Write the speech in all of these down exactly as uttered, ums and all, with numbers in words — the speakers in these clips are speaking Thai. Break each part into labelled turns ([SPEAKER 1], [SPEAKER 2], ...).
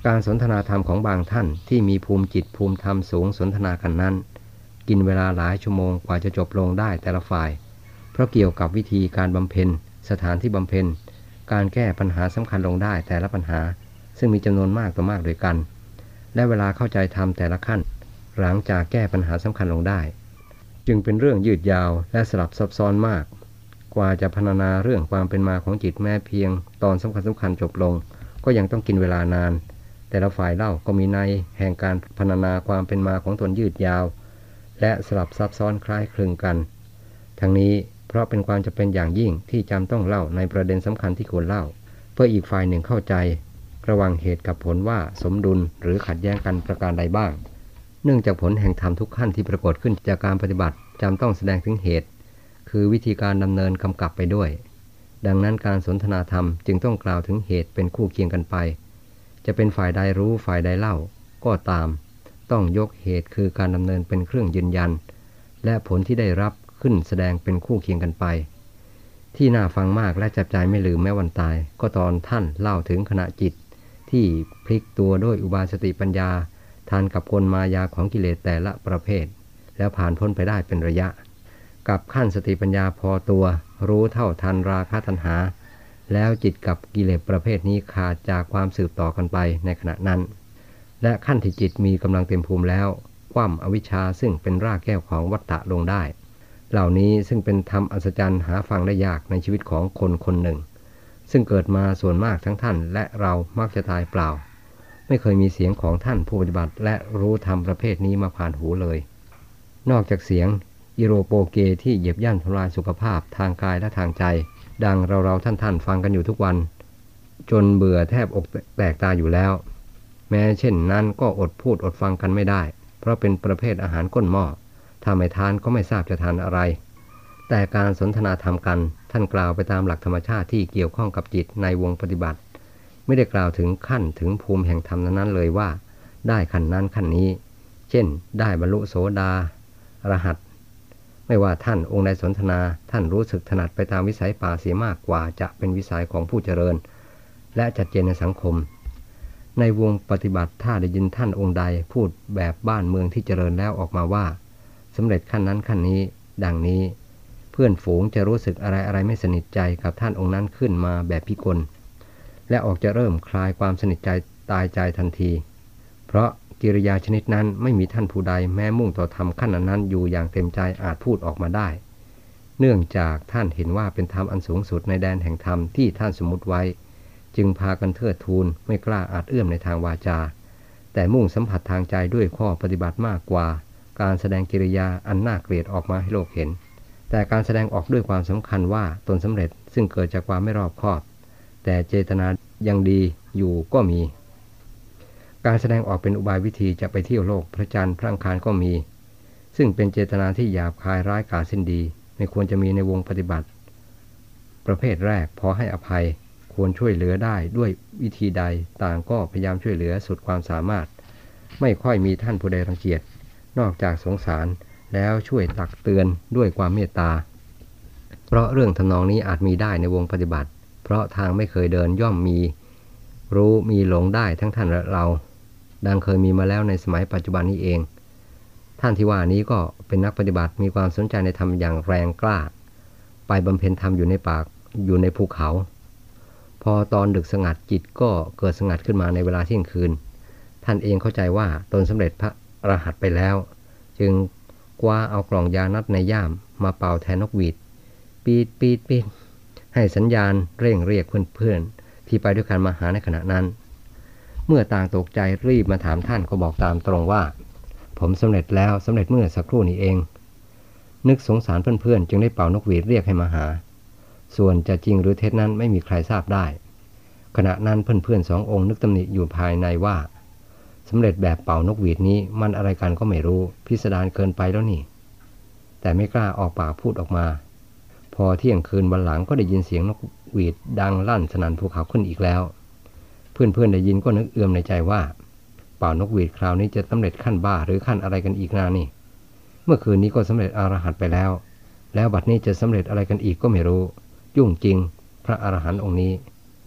[SPEAKER 1] การสนทนาธรรมของบางท่านที่มีภูมิจิตภูมิธรรมสูงสนทนากันนั้นกินเวลาหลายชั่วโมงกว่าจะจบลงได้แต่ละฝ่ายเพราะเกี่ยวกับวิธีการบำเพ็ญสถานที่บำเพ็ญการแก้ปัญหาสำคัญลงได้แต่ละปัญหาซึ่งมีจำนวนมากต่อมากด้วยกันและเวลาเข้าใจธรรมแต่ละขั้นหลังจากแก้ปัญหาสำคัญลงได้จึงเป็นเรื่องยืดยาวและสลับซับซ้อนมากกว่าจะพรรณนาเรื่องความเป็นมาของจิตแม้เพียงตอนสำคัญสำคัญจบลงก็ยังต้องกินเวลานานแต่ละฝ่ายเล่าก็มีในแห่งการพรรณนาความเป็นมาของตนยืดยาวและสลับซับซ้อนคล้ายคลึงกันทั้งนี้เพราะเป็นความจำเป็นอย่างยิ่งที่จำต้องเล่าในประเด็นสำคัญที่ควรเล่าเพื่ออีกฝ่ายหนึ่งเข้าใจระหว่างเหตุกับผลว่าสมดุลหรือขัดแย้งกันประการใดบ้างเนื่องจากผลแห่งธรรมทุกขั้นที่ปรากฏขึ้นจากการปฏิบัติจำต้องแสดงถึงเหตุคือวิธีการดำเนินกำกับไปด้วยดังนั้นการสนทนาธรรมจึงต้องกล่าวถึงเหตุเป็นคู่เคียงกันไปจะเป็นฝ่ายใดรู้ฝ่ายใดเล่าก็ตามต้องยกเหตุคือการดำเนินเป็นเครื่องยืนยันและผลที่ได้รับขึ้นแสดงเป็นคู่เคียงกันไปที่น่าฟังมากและจับใจไม่ลืมแม้วันตายก็ตอนท่านเล่าถึงขณะจิตที่พลิกตัวด้วยอุบาสติปัญญาทานกับกลมายาของกิเลสแต่ละประเภทแล้วผ่านพ้นไปได้เป็นระยะกับขั้นสติปัญญาพอตัวรู้เท่าทันราคะตัณหาแล้วจิตกับกิเลสประเภทนี้ขาดจากความสืบต่อกันไปในขณะนั้นและขั้นที่จิตมีกำลังเต็มภูมิแล้วคว่ำอวิชชาซึ่งเป็นรากแก้วของวัฏฏะลงได้เหล่านี้ซึ่งเป็นธรรมอัศจรรย์หาฟังได้ยากในชีวิตของคนคนหนึ่งซึ่งเกิดมาส่วนมากทั้งท่านและเรามักจะตายเปล่าไม่เคยมีเสียงของท่านผู้ปฏิบัติและรู้ธรรมประเภทนี้มาผ่านหูเลยนอกจากเสียงอิโรโปเกที่เหยียบย่ำทำลายสุขภาพทางกายและทางใจดังเราเราท่านท่านฟังกันอยู่ทุกวันจนเบื่อแทบอกแตกตาอยู่แล้วแม้เช่นนั้นก็อดพูดอดฟังกันไม่ได้เพราะเป็นประเภทอาหารก้นหม้อถ้าไม่ทานก็ไม่ทราบจะทานอะไรแต่การสนทนาธรรมกันท่านกล่าวไปตามหลักธรรมชาติที่เกี่ยวข้องกับจิตในวงปฏิบัติไม่ได้กล่าวถึงขั้นถึงภูมิแห่งธรรมนั้นเลยว่าได้ขั้นนั้นขั้นนี้เช่นได้บรรลุโสดาอรหัตไม่ว่าท่านองค์ใดสนทนาท่านรู้สึกถนัดไปตามวิสัยป่าเสียมากกว่าจะเป็นวิสัยของผู้เจริญและจัดเจนในสังคมในวงปฏิบัติถ้าได้ยินท่านองค์ใดพูดแบบบ้านเมืองที่เจริญแล้วออกมาว่าสำเร็จขั้นนั้นขั้นนี้ดังนี้เพื่อนฝูงจะรู้สึกอะไรอะไรไม่สนิทใจกับท่านองค์นั้นขึ้นมาแบบพิกลและออกจะเริ่มคลายความสนิทใจตายใจทันทีเพราะกิริยาชนิดนั้นไม่มีท่านผู้ใดแม้มุ่งต่อธรรมขั้นนั้นอยู่อย่างเต็มใจอาจพูดออกมาได้เนื่องจากท่านเห็นว่าเป็นธรรมอันสูงสุดในแดนแห่งธรรมที่ท่านสมมุติไว้จึงพากันเทิดทูนไม่กล้าอาจเอื้อมในทางวาจาแต่มุ่งสัมผัสทางใจด้วยข้อปฏิบัติมากกว่าการแสดงกิริยาอันน่าเกลียดออกมาให้โลกเห็นแต่การแสดงออกด้วยความสำคัญว่าตนสำเร็จซึ่งเกิดจากความไม่รอบคอบแต่เจตนายังดีอยู่ก็มีการแสดงออกเป็นอุบายวิธีจะไปเที่ยวโลกพระจันทร์พระอังคารก็มีซึ่งเป็นเจตนาที่หยาบคายร้ายกาจสิ้นดีไม่ควรจะมีในวงปฏิบัติประเภทแรกพอให้อภัยควรช่วยเหลือได้ด้วยวิธีใดต่างก็พยายามช่วยเหลือสุดความสามารถไม่ค่อยมีท่านผู้ใดรังเกียจนอกจากสงสารแล้วช่วยตักเตือนด้วยความเมตตาเพราะเรื่องทำนองนี้อาจมีได้ในวงปฏิบัติเพราะทางไม่เคยเดินย่อมมีรู้มีหลงได้ทั้งท่านและเราดังเคยมีมาแล้วในสมัยปัจจุบันนี้เองท่านที่ว่านี้ก็เป็นนักปฏิบัติมีความสนใจในธรรมอย่างแรงกล้าไปบำเพ็ญธรรมอยู่ในป่าอยู่ในภูเขาพอตอนดึกสงัดจิตก็เกิดสงัดขึ้นมาในเวลาเที่ยงคืนท่านเองเข้าใจว่าตนสำเร็จพระอรหันต์ไปแล้วจึงคว้าเอากล่องยานัดในย่ามมาเป่าแทนนกหวีดปีดปีดปีดให้สัญญาณเร่งเรียกเพื่อนๆที่ไปด้วยกันมาหาในขณะนั้นเมื่อต่างตกใจรีบมาถามท่านก็บอกตามตรงว่าผมสำเร็จแล้วสำเร็จเมื่อสักครู่นี้เองนึกสงสารเพื่อนๆจึงได้เป่านกหวีดเรียกให้มาหาส่วนจะจริงหรือเท็จนั้นไม่มีใครทราบได้ขณะนั้นเพื่อนๆสององค์นึกตำหนิอยู่ภายในว่าสำเร็จแบบเป่านกหวีดนี้มันอะไรกันก็ไม่รู้พิสดารเกินไปแล้วนี่แต่ไม่กล้าออกปากพูดออกมาพอเที่ยงคืนวันหลังก็ได้ยินเสียงนกหวีดดังลั่นสนั่นภูเขาขึ้นอีกแล้วเพื่อนๆได้ยินก็นึกเอือมในใจว่าเป่านกหวีดคราวนี้จะสำเร็จขั้นบ้าหรือขั้นอะไรกันอีกนานี่เมื่อคืนนี้ก็สำเร็จอรหันต์ไปแล้วแล้วบัดนี้จะสำเร็จอะไรกันอีกก็ไม่รู้ยุ่งจริงพระอรหันต์องค์นี้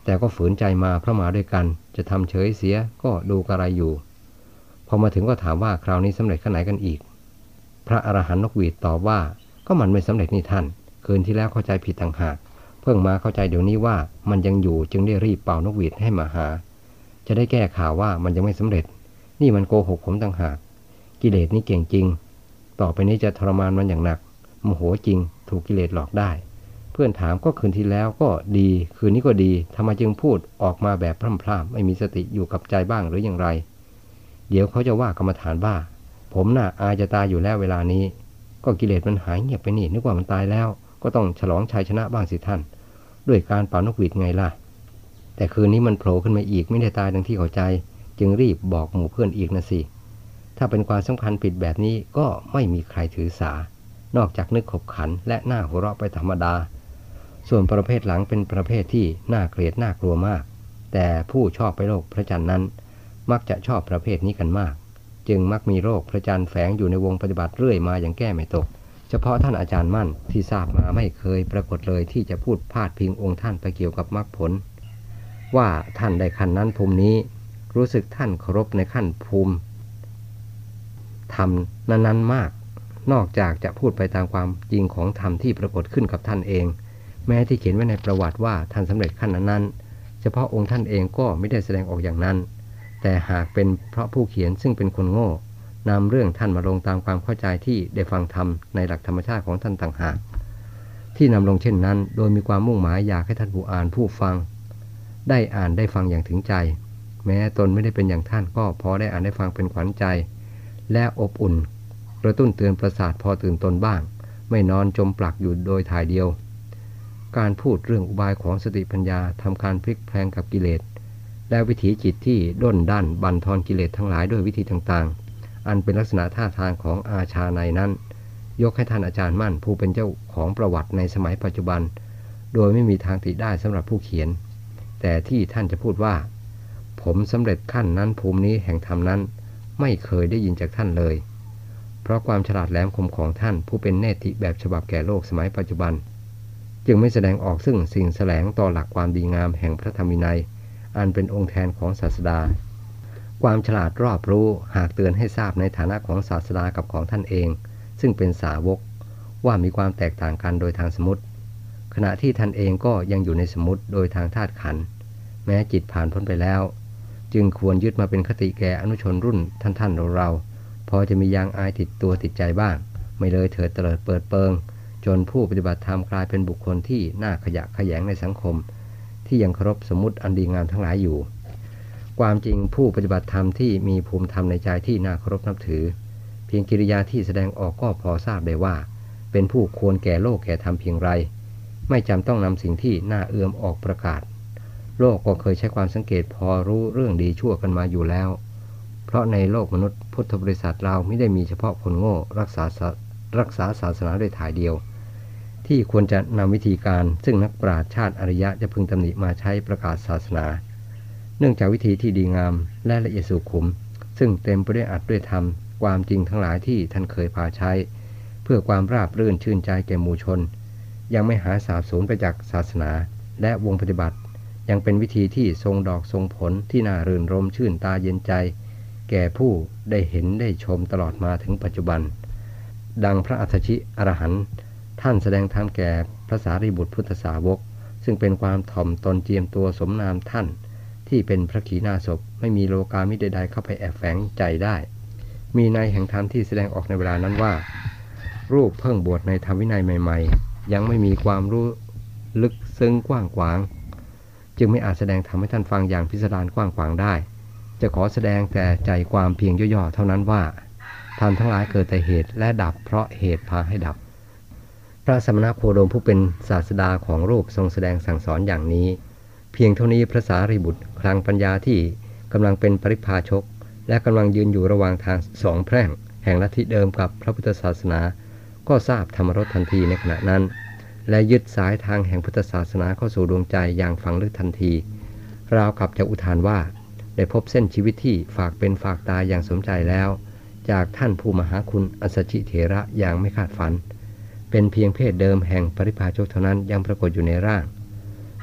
[SPEAKER 1] แต่ก็ฝืนใจมาเพราะมาด้วยกันจะทำเฉยเสียก็ดูกระไรอยู่พอมาถึงก็ถามว่าคราวนี้สำเร็จขั้นไหนกันอีกพระอรหันต์นกหวีดตอบว่าก็มันไม่สำเร็จนี่ท่านคืนที่แล้วเข้าใจผิดต่างหากเพิ่งมาเข้าใจเดี๋ยวนี้ว่ามันยังอยู่จึงได้รีบเป่านกหวีดให้มาหาจะได้แก้ข่าวว่ามันยังไม่สำเร็จนี่มันโกหกผมต่างหากกิเลสนี่เก่งจริงต่อไปนี้จะทรมานมันอย่างหนักโมโหจริงถูกกิเลสหลอกได้เพื่อนถามก็คืนที่แล้วก็ดีคืนนี้ก็ดีทำไมจึงพูดออกมาแบบพร่ำๆไม่มีสติอยู่กับใจบ้างหรืออย่างไรเดี๋ยวเขาจะว่ากรรมฐานบ้าผมน่ะอาจจะตายอยู่แล้วเวลานี้ก็กิเลสมันหายเงียบไปนี่นึกว่ามันตายแล้วก็ต้องฉลองชัยชนะบ้างสิท่านด้วยการเป่านกหวีดไงล่ะแต่คืนนี้มันโผล่ขึ้นมาอีกไม่ได้ตายดังที่เข้าใจจึงรีบบอกหมู่เพื่อนอีกนะสิถ้าเป็นความสำคัญผิดแบบนี้ก็ไม่มีใครถือสานอกจากนึกขบขันและหน้าหัวเราะไปธรรมดาส่วนประเภทหลังเป็นประเภทที่น่าเกลียดน่ากลัวมากแต่ผู้ชอบไปโลกพระจันทร์นั้นมักจะชอบประเภทนี้กันมากจึงมักมีโรคพระจันทร์แฝงอยู่ในวงปฏิบัติเรื่อยมาอย่างแก้ไม่ตกเฉพาะท่านอาจารย์มั่นที่ทราบมาไม่เคยปรากฏเลยที่จะพูดพาดพิงองค์ท่านไปเกี่ยวกับมรรคผลว่าท่านได้ขั้นนั้นภูมินี้รู้สึกท่านเคารพในขั้นภูมิธรรมนั้นๆมากนอกจากจะพูดไปตามความจริงของธรรมที่ปรากฏขึ้นกับท่านเองแม้ที่เขียนไว้ในประวัติว่าท่านสำเร็จขั้นนั้นๆเฉพาะองค์ท่านเองก็ไม่ได้แสดงออกอย่างนั้นแต่หากเป็นเพราะผู้เขียนซึ่งเป็นคนโง่นำเรื่องท่านมาลงตามความเข้าใจที่ได้ฟังธรรมในหลักธรรมชาติของท่านต่างหากที่นำลงเช่นนั้นโดยมีความมุ่งหมายอยากให้ท่านผู้อ่านผู้ฟังได้อ่านได้ฟังอย่างถึงใจแม้ตนไม่ได้เป็นอย่างท่านก็พอได้อ่านได้ฟังเป็นขวัญใจและอบอุ่นกระตุ้นเตือนประสาทพอตื่นตนบ้างไม่นอนจมปลักอยู่โดยถ่ายเดียวการพูดเรื่องอุบายของสติปัญญาทำการพลิกแพลงกับกิเลสและวิถีจิตที่ด้นด้านบั่นทอนกิเลสทั้งหลายด้วยวิธีต่างๆอันเป็นลักษณะท่าทางของอาชาในนั้นยกให้ท่านอาจารย์มั่นผู้เป็นเจ้าของประวัติในสมัยปัจจุบันโดยไม่มีทางติได้สำหรับผู้เขียนแต่ที่ท่านจะพูดว่าผมสำเร็จขั้นนั้นภูมินี้แห่งธรรมนั้นไม่เคยได้ยินจากท่านเลยเพราะความฉลาดแหลมคมของท่านผู้เป็นเนติแบบฉบับแก่โลกสมัยปัจจุบันจึงไม่แสดงออกซึ่งสิ่งแสลงต่อหลักความดีงามแห่งพระธรรมวินัยอันเป็นองค์แทนของศาสดาความฉลาดรอบรู้หากเตือนให้ทราบในฐานะของศาสดากับของท่านเองซึ่งเป็นสาวกว่ามีความแตกต่างกันโดยทางสมมติขณะที่ท่านเองก็ยังอยู่ในสมมติโดยทางธาตุขันธ์แม้จิตผ่านพ้นไปแล้วจึงควรยึดมาเป็นคติแก่อนุชนรุ่นท่านท่านเราเราพอจะมียางอายติดตัวติดใจบ้างไม่เลยเถิดเตลิดเปิดเปิงจนผู้ปฏิบัติธรรมกลายเป็นบุคคลที่น่าขยะแขยงในสังคมที่ยังเคารพสมมติอันดีงามทั้งหลายอยู่ความจริงผู้ปฏิบัติธรรมที่มีภูมิธรรมในใจที่น่าเคารพนับถือเพียงกิริยาที่แสดงออกก็พอทราบได้ว่าเป็นผู้ควรแก่โลกแก่ธรรมเพียงไรไม่จำต้องนำสิ่งที่น่าเอื้อมออกประกาศโลกก็เคยใช้ความสังเกตพอรู้เรื่องดีชั่วกันมาอยู่แล้วเพราะในโลกมนุษย์พุทธบริษัทเราไม่ได้มีเฉพาะคนโง่รักษารักษาศาสนาด้วยถ่ายเดียวที่ควรจะนำวิธีการซึ่งนักปราชญ์ชาติอริยะจะพึงตำหนิมาใช้ประกาศศาสนาเนื่องจากวิธีที่ดีงามและละเอียดสุขุมซึ่งเต็มไปด้วยอัตด้วยธรรมความจริงทั้งหลายที่ท่านเคยพาใช้เพื่อความราบรื่นชื่นใจแก่หมู่ชนยังไม่หายสาบสูญไปจากศาสนาและวงปฏิบัติยังเป็นวิธีที่ทรงดอกทรงผลที่น่ารื่นรมชื่นตาเย็นใจแก่ผู้ได้เห็นได้ชมตลอดมาถึงปัจจุบันดังพระอัฏฐชิอรหันต์ท่านแสดงธรรมแก่พระสารีบุตรพุทธสาวกซึ่งเป็นความถ่อมตนเจียมตัวสมนามท่านที่เป็นพระขีณาสพไม่มีโลกามิตรใดๆเข้าไปแอบแฝงใจได้มีในแห่งธรรมที่แสดงออกในเวลานั้นว่ารูปเพิ่งบวชในธรรมวินัยใหม่ๆยังไม่มีความรู้ลึกซึ้งกว้างขวางจึงไม่อาจแสดงธรรมให้ท่านฟังอย่างพิสดารกว้างขวางได้จะขอแสดงแต่ใจความเพียงย่อๆเท่านั้นว่าธรรมทั้งหลายเกิดแต่เหตุและดับเพราะเหตุพาให้ดับพระสมณโคดมผู้เป็นศาสดาของรูปทรงแสดงสั่งสอนอย่างนี้เพียงเท่านี้พระสารีบุตรคลังปัญญาที่กำลังเป็นปริพาชกและกำลังยืนอยู่ระหว่างทางสองแพร่งแห่งลัทธิเดิมกับพระพุทธศาสนาก็ทราบธรรมรสทันทีในขณะนั้นและยึดสายทางแห่งพุทธศาสนาเข้าสู่ดวงใจอย่างฝังลึกทันทีราวกับจะอุทานว่าได้พบเส้นชีวิตที่ฝากเป็นฝากตายอย่างสมใจแล้วจากท่านผู้มหาคุณอัสสชิเถระอย่างไม่คาดฝันเป็นเพียงเพศเดิมแห่งปริพาชกเท่านั้นยังปรากฏอยู่ในร่าง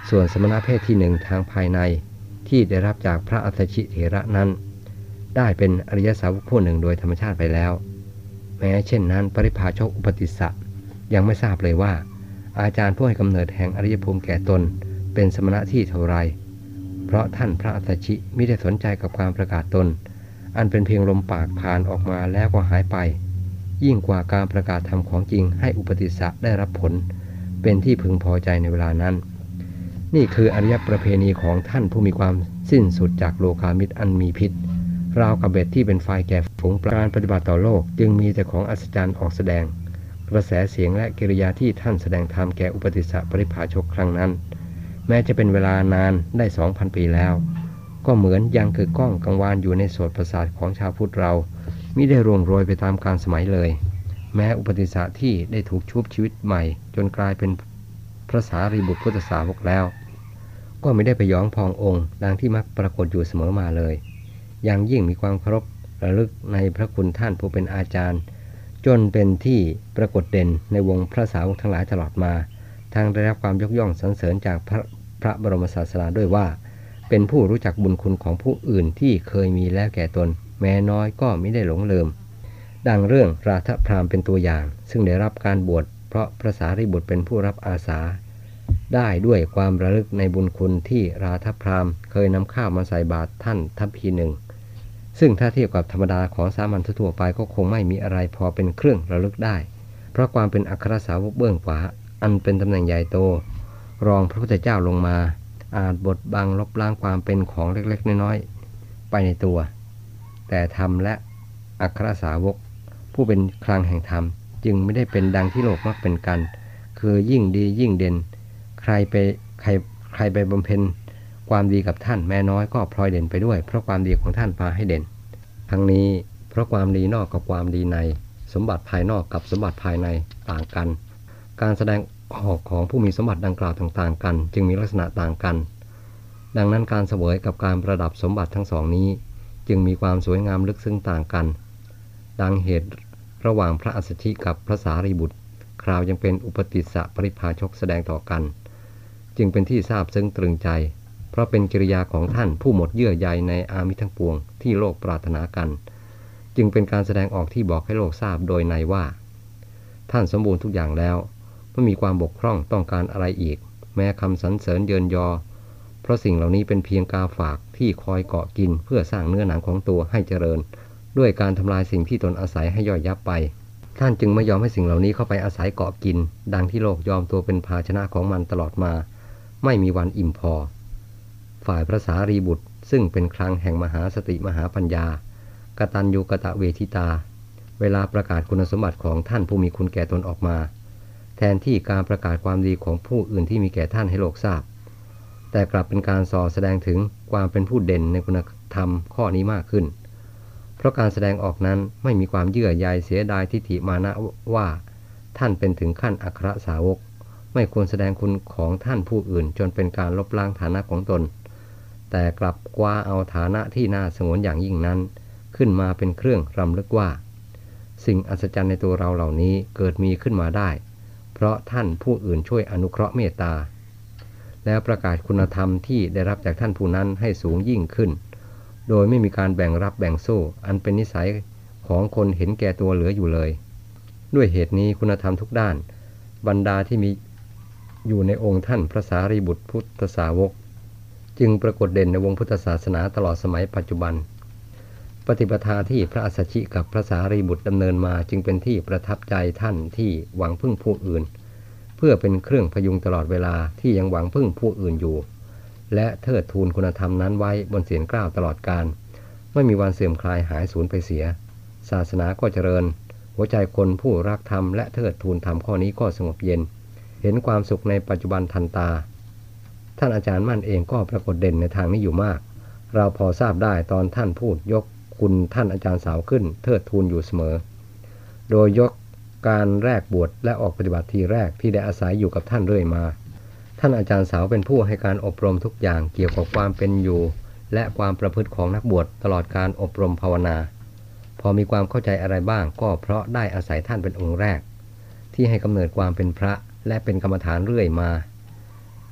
[SPEAKER 1] ส่วนสมณเพศที่หนึ่งทางภายในที่ได้รับจากพระอัฏฐชิเถระนั้นได้เป็นอริยสาวกผู้หนึ่งโดยธรรมชาติไปแล้วแม้เช่นนั้นปริภาชกอุปติสสะยังไม่ทราบเลยว่าอาจารย์ผู้ให้กำเนิดแห่งอริยภูมิแก่ตนเป็นสมณะที่เท่าไรเพราะท่านพระอัฏฐชิมิได้สนใจกับการประกาศตนอันเป็นเพียงลมปากผ่านออกมาแล้วก็หายไปยิ่งกว่าการประกาศธรรมของจริงให้อุปติสสะได้รับผลเป็นที่พึงพอใจในเวลานั้นนี่คืออริยประเพณีของท่านผู้มีความสิ้นสุดจากโลกามิตรอันมีพิษราวกับเบ็ดที่เป็นไฟแก่ฝูงปลาการปฏิบัติต่อโลกจึงมีแต่ของอัศจรรย์ออกแสดงกระแสเสียงและกิริยาที่ท่านแสดงธรรมแก่อุปติสสะปริภาชกครั้งนั้นแม้จะเป็นเวลานานได้สองพันปีแล้วก็เหมือนยังคือก้องกังวานอยู่ในโสตประสาทของชาวพุทธเรามิได้ร่วงโรยไปตามกาลสมัยเลยแม้อุปติสสะที่ได้ถูกชุบชีวิตใหม่จนกลายเป็นพระสารีบุตรพุทธสาวกแล้วก็ไม่ได้ไปย้องพององค์ดังที่มักปรากฏอยู่เสมอมาเลยยังยิ่งมีความเคารพระลึกในพระคุณท่านผู้เป็นอาจารย์จนเป็นที่ปรากฏเด่นในวงพระสาวกทั้งหลายตลอดมาทางได้รับความยกย่องสรรเสริญจากพระพระบรมศาสดาด้วยว่าเป็นผู้รู้จักบุญคุณของผู้อื่นที่เคยมีแล้วแก่ตนแม้น้อยก็ไม่ได้หลงลืมดังเรื่องราธพราหมณ์เป็นตัวอย่างซึ่งได้รับการบวชเพราะพระสารีบุตรเป็นผู้รับอาสาได้ด้วยความระลึกในบุญคุณที่ราธพราหมณ์เคยนำข้าวมาใส่บาตรท่านทัพพีหนึ่งซึ่งถ้าเทียบกับธรรมดาของสามัญทั่วไปก็คงไม่มีอะไรพอเป็นเครื่องระลึกได้เพราะความเป็นอัครสาวกเบื้องขวาอันเป็นตำแหน่งใหญ่โตรองพระพุทธเจ้าลงมาอาจบดบังลบล้างความเป็นของเล็กๆน้อยๆไปในตัวแต่ธรรมและอัครสาวกผู้เป็นคลังแห่งธรรมจึงไม่ได้เป็นดังที่โลกมักเป็นกันคือยิ่งดียิ่งเด่นใครไปใครใครไปบำเพ็ญความดีกับท่านแม้น้อยก็พลอยเด่นไปด้วยเพราะความดีของท่านพาให้เด่นทั้งนี้เพราะความดีนอกกับความดีในสมบัติภายนอกกับสมบัติภายในต่างกันการแสดงออกของผู้มีสมบัติดังกล่าวต่างๆกันจึงมีลักษณะต่างกันดังนั้นการเสวยกับการประดับสมบัติทั้งสองนี้จึงมีความสวยงามลึกซึ้งต่างกันดังเหตุระหว่างพระอัสสชิกับพระสารีบุตรคราวยังเป็นอุปติสสะปริภาชกแสดงต่อกันจึงเป็นที่ทราบซึ้งตรึงใจเพราะเป็นกิริยาของท่านผู้หมดเยื่อใยในอามิตรทั้งปวงที่โลกปรารถนากันจึงเป็นการแสดงออกที่บอกให้โลกทราบโดยในว่าท่านสมบูรณ์ทุกอย่างแล้วไม่มีความบกพร่องต้องการอะไรอีกแม้คำสรรเสริญเยินยอเพราะสิ่งเหล่านี้เป็นเพียงกาฝากที่คอยเกาะกินเพื่อสร้างเนื้อหนังของตัวให้เจริญด้วยการทำลายสิ่งที่ตนอาศัยให้ย่อยยับไปท่านจึงไม่ยอมให้สิ่งเหล่านี้เข้าไปอาศัยเกาะกินดังที่โลกยอมตัวเป็นภาชนะของมันตลอดมาไม่มีวันอิ่มพอฝ่ายพระสารีบุตรซึ่งเป็นคลังแห่งมหาสติมหาปัญญากตัญญูกตเวทิตาเวลาประกาศคุณสมบัติของท่านผู้มีคุณแก่ตนออกมาแทนที่การประกาศความดีของผู้อื่นที่มีแก่ท่านให้โลกทราบแต่กลับเป็นการส่อแสดงถึงความเป็นผู้เด่นในคุณธรรมข้อนี้มากขึ้นเพราะการแสดงออกนั้นไม่มีความเยื่อใยเสียดายทิฏฐิมานะว่าท่านเป็นถึงขั้นอัครสาวกไม่ควรแสดงคุณของท่านผู้อื่นจนเป็นการลบล้างฐานะของตนแต่กลับคว้าเอาฐานะที่น่าสงวนอย่างยิ่งนั้นขึ้นมาเป็นเครื่องรำลึกว่าสิ่งอัศจรรย์ในตัวเราเหล่านี้เกิดมีขึ้นมาได้เพราะท่านผู้อื่นช่วยอนุเคราะห์เมตตาแล้วประกาศคุณธรรมที่ได้รับจากท่านผู้นั้นให้สูงยิ่งขึ้นโดยไม่มีการแบ่งรับแบ่งสู้อันเป็นนิสัยของคนเห็นแก่ตัวเหลืออยู่เลยด้วยเหตุนี้คุณธรรมทุกด้านบรรดาที่มีอยู่ในองค์ท่านพระสารีบุตรพุทธสาวกจึงปรากฏเด่นในวงพุทธศาสนาตลอดสมัยปัจจุบันปฏิปทาที่พระอัสสชิกับพระสารีบุตรดำเนินมาจึงเป็นที่ประทับใจท่านที่หวังพึ่งผู้อื่นเพื่อเป็นเครื่องพยุงตลอดเวลาที่ยังหวังพึ่งผู้อื่นอยู่และเทิดทูนคุณธรรมนั้นไว้บนเศียรเกล้าตลอดกาลไม่มีวันเสื่อมคลายหายสูญไปเสียศาสนาก็เจริญหัวใจคนผู้รักธรรมและเทิดทูนธรรมข้อนี้ก็สงบเย็นเห็นความสุขในปัจจุบันทันตาท่านอาจารย์มั่นเองก็ปรากฏเด่นในทางนี้อยู่มากเราพอทราบได้ตอนท่านพูดยกคุณท่านอาจารย์สาวขึ้นเทิดทูนอยู่เสมอโดยยกการแรกบวชและออกปฏิบัติทีแรกที่ได้อาศัยอยู่กับท่านเรื่อยมาท่านอาจารย์สาวเป็นผู้ให้การอบรมทุกอย่างเกี่ยวกับความเป็นอยู่และความประพฤติของนักบวชตลอดการอบรมภาวนาพอมีความเข้าใจอะไรบ้างก็เพราะได้อาศัยท่านเป็นองค์แรกที่ให้กำเนิดความเป็นพระและเป็นกรรมฐานเรื่อยมา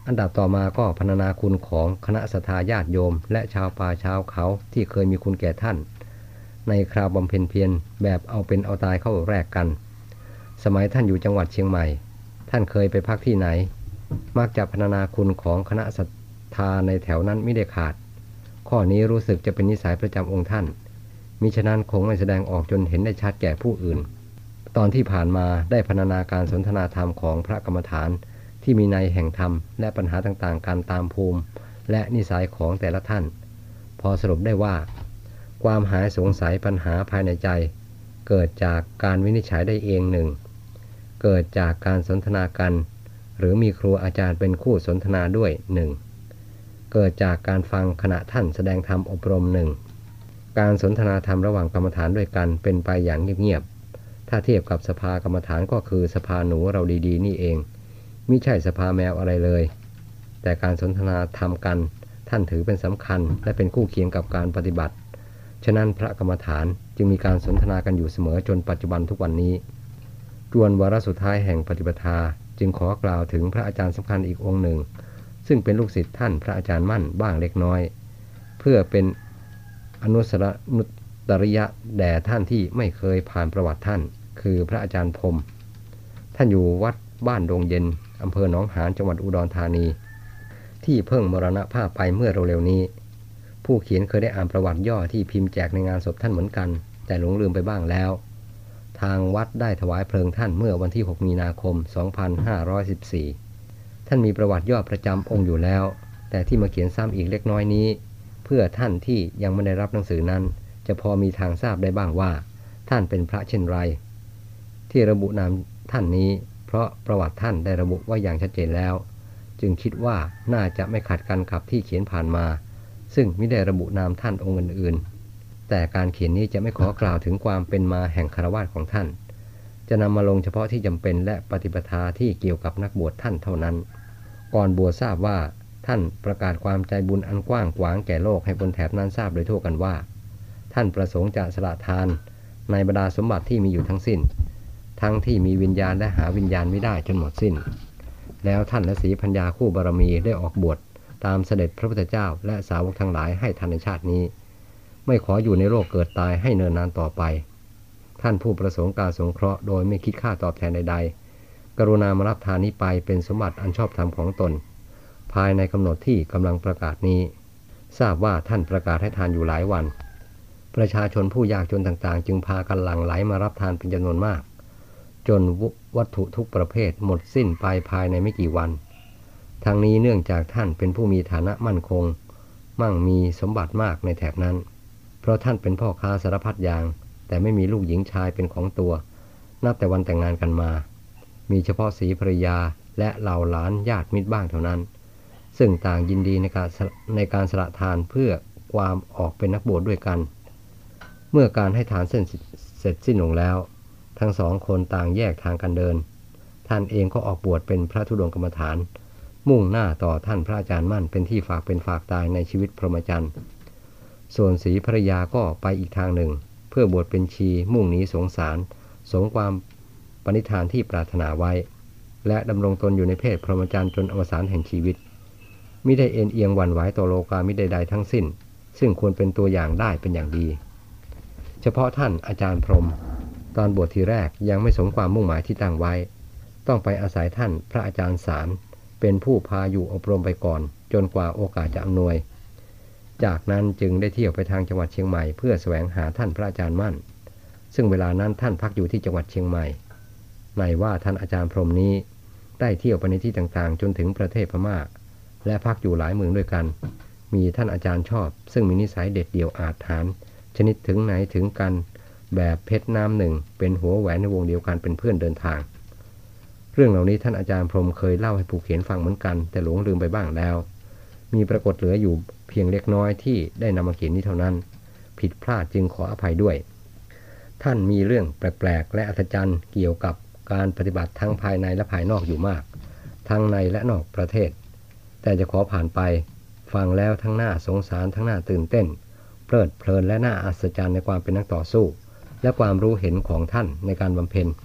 [SPEAKER 1] อันดับต่อมาก็พรรณนาคุณของคณะศรัทธาญาติโยมและชาวป่าชาวเขาที่เคยมีคุณแก่ท่านในคราวบำเพ็ญเพียรแบบเอาเป็นเอาตายเข้าแรกกันสมัยท่านอยู่จังหวัดเชียงใหม่ท่านเคยไปพักที่ไหนมักจะพรรณนาคุณของคณะศรัทธาในแถวนั้นไม่ได้ขาดข้อนี้รู้สึกจะเป็นนิสัยประจำองค์ท่านมิฉะนั้นคงไม่แสดงออกจนเห็นได้ชัดแก่ผู้อื่นตอนที่ผ่านมาได้พรรณนาการสนทนาธรรมของพระกรรมฐานที่มีในแห่งธรรมและปัญหาต่างๆการตามภูมิและนิสัยของแต่ละท่านพอสรุปได้ว่าความหายสงสัยปัญหาภายในใจเกิดจากการวินิจฉัยได้เองหนึ่งเกิดจากการสนทนากันหรือมีครูอาจารย์เป็นคู่สนทนาด้วยหนึ่งเกิดจากการฟังขณะท่านแสดงธรรมอบรมหนึ่งการสนทนาธรรมระหว่างกรรมฐานด้วยกันเป็นไปอย่างเงียบๆถ้าเทียบกับสภากรรมฐานก็คือสภาหนูเราดีๆนี่เองมิใช่สภาแมวอะไรเลยแต่การสนทนาธรรมกันท่านถือเป็นสำคัญและเป็นคู่เคียงกับการปฏิบัติฉะนั้นพระกรรมฐานจึงมีการสนทนากันอยู่เสมอจนปัจจุบันทุกวันนี้จวนวาระสุดท้ายแห่งปฏิปทาจึงขอกล่าวถึงพระอาจารย์สำคัญอีกองค์หนึ่งซึ่งเป็นลูกศิษย์ท่านพระอาจารย์มั่นบ้างเล็กน้อยเพื่อเป็นอนุสรนุตริยะแด่ท่านที่ไม่เคยผ่านประวัติท่านคือพระอาจารย์พรหมท่านอยู่วัดบ้านดงเย็นอำเภอหนองหานจังหวัดอุดรธานีที่เพิ่งมรณภาพไปเมื่อเร็วๆนี้ผู้เขียนเคยได้อ่านประวัติย่อที่พิมพ์แจกในงานศพท่านเหมือนกันแต่หลงลืมไปบ้างแล้วทางวัดได้ถวายเพลิงท่านเมื่อวันที่หกมีนาคมสองพันห้าร้อยสิบสี่ท่านมีประวัติย่อประจำองค์อยู่แล้วแต่ที่มาเขียนซ้ำอีกเล็กน้อยนี้เพื่อท่านที่ยังไม่ได้รับหนังสือนั้นจะพอมีทางทราบได้บ้างว่าท่านเป็นพระเช่นไรที่ระบุนามท่านนี้เพราะประวัติท่านได้ระบุไว้อย่างชัดเจนแล้วจึงคิดว่าน่าจะไม่ขัดกันกับที่เขียนผ่านมาซึ่งไม่ได้ระบุนามท่านองค์อื่นๆแต่การเขียนนี้จะไม่ขอกล่าวถึงความเป็นมาแห่งคฤหัสถ์ของท่านจะนำมาลงเฉพาะที่จำเป็นและปฏิปทาที่เกี่ยวกับนักบวชท่านเท่านั้นก่อนบวชทราบว่าท่านประกาศความใจบุญอันกว้างขวางแก่โลกให้บนแถบนั้นทราบโดยทั่วกันว่าท่านประสงค์จะสละทานในบรรดาสมบัติที่มีอยู่ทั้งสิ้นทั้งที่มีวิญญาณและหาวิญญาณไม่ได้จนหมดสิ้นแล้วท่านและศรีพัญญาคู่บารมีได้ออกบวชตามเสด็จพระพุทธเจ้าและสาวกทั้งหลายให้ทันในชาตินี้ไม่ขออยู่ในโลกเกิดตายให้เนินนานต่อไปท่านผู้ประสงค์การสงเคราะห์โดยไม่คิดค่าตอบแทนใดๆกรุณามารับทานนี้ไปเป็นสมบัติอันชอบธรรมของตนภายในกำหนดที่กำลังประกาศนี้ทราบว่าท่านประกาศให้ทานอยู่หลายวันประชาชนผู้ยากจนต่างๆจึงพากันหลั่งไหลมารับทานเป็นจำนวนมากจนวัตถุทุกประเภทหมดสิ้นไปภายในไม่กี่วันทั้งนี้เนื่องจากท่านเป็นผู้มีฐานะมั่นคงมั่งมีสมบัติมากในแถบนั้นเพราะท่านเป็นพ่อค้าสารพัดอย่างแต่ไม่มีลูกหญิงชายเป็นของตัวนับแต่วันแต่งงานกันมามีเฉพาะศรีภริยาและเหล่าหลานญาติมิตรบ้างเท่านั้นซึ่งต่างยินดีในการในการสละทานเพื่อความออกเป็นนักบวชด้วยกันเมื่อการให้ทานเสร็จสิ้นลงแล้วทั้งสองคนต่างแยกทางกันเดินท่านเองก็ออกบวชเป็นพระธุดงค์กรรมฐานมุ่งหน้าต่อท่านพระอาจารย์มั่นเป็นที่ฝากเป็นฝากตายในชีวิตพรหมจรรย์ส่วนศรีภริยาก็ไปอีกทางหนึ่งเพื่อบวชเป็นชีมุ่งหนีสงสารสงความปณิธานที่ปรารถนาไว้และดำรงตนอยู่ในเพศพรหมจรรย์จนอวสานแห่งชีวิตมิได้เอ็นเอียงหวั่นไหวต่อโลกามิใดๆทั้งสิ้นซึ่งควรเป็นตัวอย่างได้เป็นอย่างดีเฉพาะท่านอาจารย์พรหมตอนบวชทีแรกยังไม่สมความมุ่งหมายที่ตั้งไว้ต้องไปอาศัยท่านพระอาจารย์สารเป็นผู้พาอยู่อบรมไปก่อนจนกว่าโอกาสจะอำนวยจากนั้นจึงได้เที่ยวไปทางจังหวัดเชียงใหม่เพื่อแสวงหาท่านพระอาจารย์มั่นซึ่งเวลานั้นท่านพักอยู่ที่จังหวัดเชียงใหม่ในว่าท่านอาจารย์พรหมนี้ได้เที่ยวไปในที่ต่างๆจนถึงประเทศพม่าและพักอยู่หลายเมืองด้วยกันมีท่านอาจารย์ชอบซึ่งมีนิสัยเด็ดเดี่ยวอาถรรพ์ชนิดถึงไหนถึงกันแบบเพชรน้ำหนึ่งเป็นหัวแหวนในวงเดียวกันเป็นเพื่อนเดินทางเรื่องเหล่านี้ท่านอาจารย์พรหมเคยเล่าให้ผู้เขียนฟังเหมือนกันแต่หลงลืมไปบ้างแล้วมีปรากฏเหลืออยู่เพียงเล็กน้อยที่ได้นำมาเขียนนี้เท่านั้นผิดพลาดจึงขออภัยด้วยท่านมีเรื่องแปลกๆและอัศจรรย์เกี่ยวกับการปฏิบัติทั้งภายในและภายนอกอยู่มากทั้งในและนอกประเทศแต่จะขอผ่านไปฟังแล้วทั้งหน้าสงสารทั้งหน้าตื่นเต้นเพลิดเพลินและน่าอัศจรรย์ในความเป็นนักต่อสู้และความรู้เห็นของท่านในการบำเพ็ญ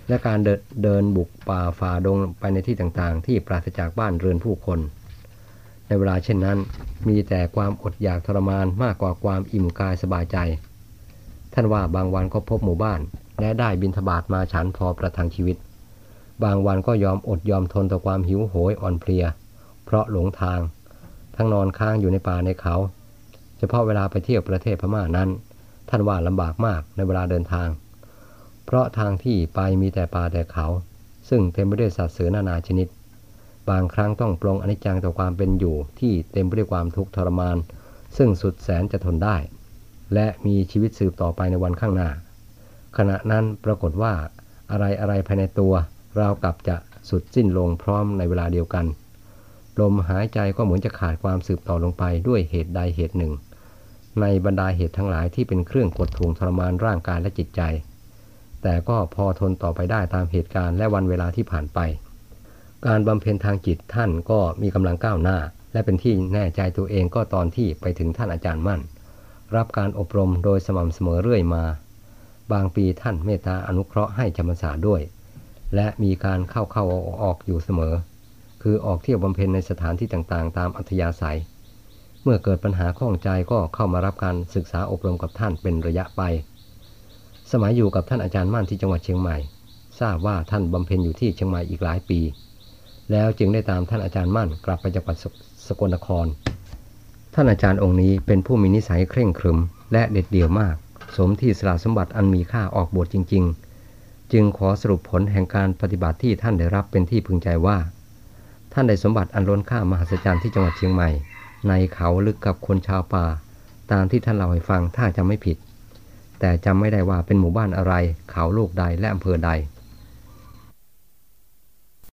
[SPEAKER 1] และการเดินเดินบุกป่าฝ่าดงไปในที่ต่างๆที่ปราศจากบ้านเรือนผู้คนในเวลาเช่นนั้นมีแต่ความอดอยากทรมานมากกว่าความอิ่มกายสบายใจท่านว่าบางวันก็พบหมู่บ้านและได้บิณฑบาตมาฉันพอประทังชีวิตบางวันก็ยอมอดยอมทนต่อความหิวโหยอ่อนเพลียเพราะหลงทางทั้งนอนค้างอยู่ในป่าในเขาเฉพาะเวลาไปเที่ยวประเทศพม่านั้นท่านว่าลำบากมากในเวลาเดินทางเพราะทางที่ไปมีแต่ป่าแต่เขาซึ่งเต็มไปด้วยสัตว์เสือนานาชนิดบางครั้งต้องปลงอนิจจังต่อความเป็นอยู่ที่เต็มไปด้วยความทุกข์ทรมานซึ่งสุดแสนจะทนได้และมีชีวิตสืบต่อไปในวันข้างหน้าขณะนั้นปรากฏว่าอะไรอะไรภายในตัวราวกับจะสุดสิ้นลงพร้อมในเวลาเดียวกันลมหายใจก็เหมือนจะขาดความสืบต่อลงไปด้วยเหตุใดเหตุหนึ่งในบรรดาเหตุทั้งหลายที่เป็นเครื่องกดท่วงทรมานร่างกายและจิตใจแต่ก็พอทนต่อไปได้ตามเหตุการณ์และวันเวลาที่ผ่านไปการบำเพ็ญทางจิตท่านก็มีกำลังก้าวหน้าและเป็นที่แน่ใจตัวเองก็ตอนที่ไปถึงท่านอาจารย์มั่นรับการอบรมโดยสม่ำเสมอเรื่อยมาบางปีท่านเมตตาอนุเคราะห์ให้จำพรรษาด้วยและมีการเข้าเข้าออกอยู่เสมอคือออกเที่ยวบำเพ็ญในสถานที่ต่างๆตามอัธยาศัยเมื่อเกิดปัญหาข้องใจก็เข้ามารับการศึกษาอบรมกับท่านเป็นระยะไปสมัยอยู่กับท่านอาจารย์มั่นที่จังหวัดเชียงใหม่ทราบว่าท่านบำเพ็ญอยู่ที่เชียงใหม่อีกหลายปีแล้วจึงได้ตามท่านอาจารย์มั่นกลับไปจังหวัดสกลนครท่านอาจารย์องค์นี้เป็นผู้มีนิสัยเคร่งครึมและเด็ดเดี่ยวมากสมที่สละสมบัติอันมีค่าออกบวชจริงๆจึงขอสรุปผลแห่งการปฏิบัติที่ท่านได้รับเป็นที่พึงใจว่าท่านได้สมบัติอันล้นค่ามหัศจรรย์ที่จังหวัดเชียงใหม่ในเขาลึกกับคนชาวป่าตามที่ท่านเล่าให้ฟังถ้าจำไม่ผิดแต่จำไม่ได้ว่าเป็นหมู่บ้านอะไรเขาลูกใดและอำเภอใด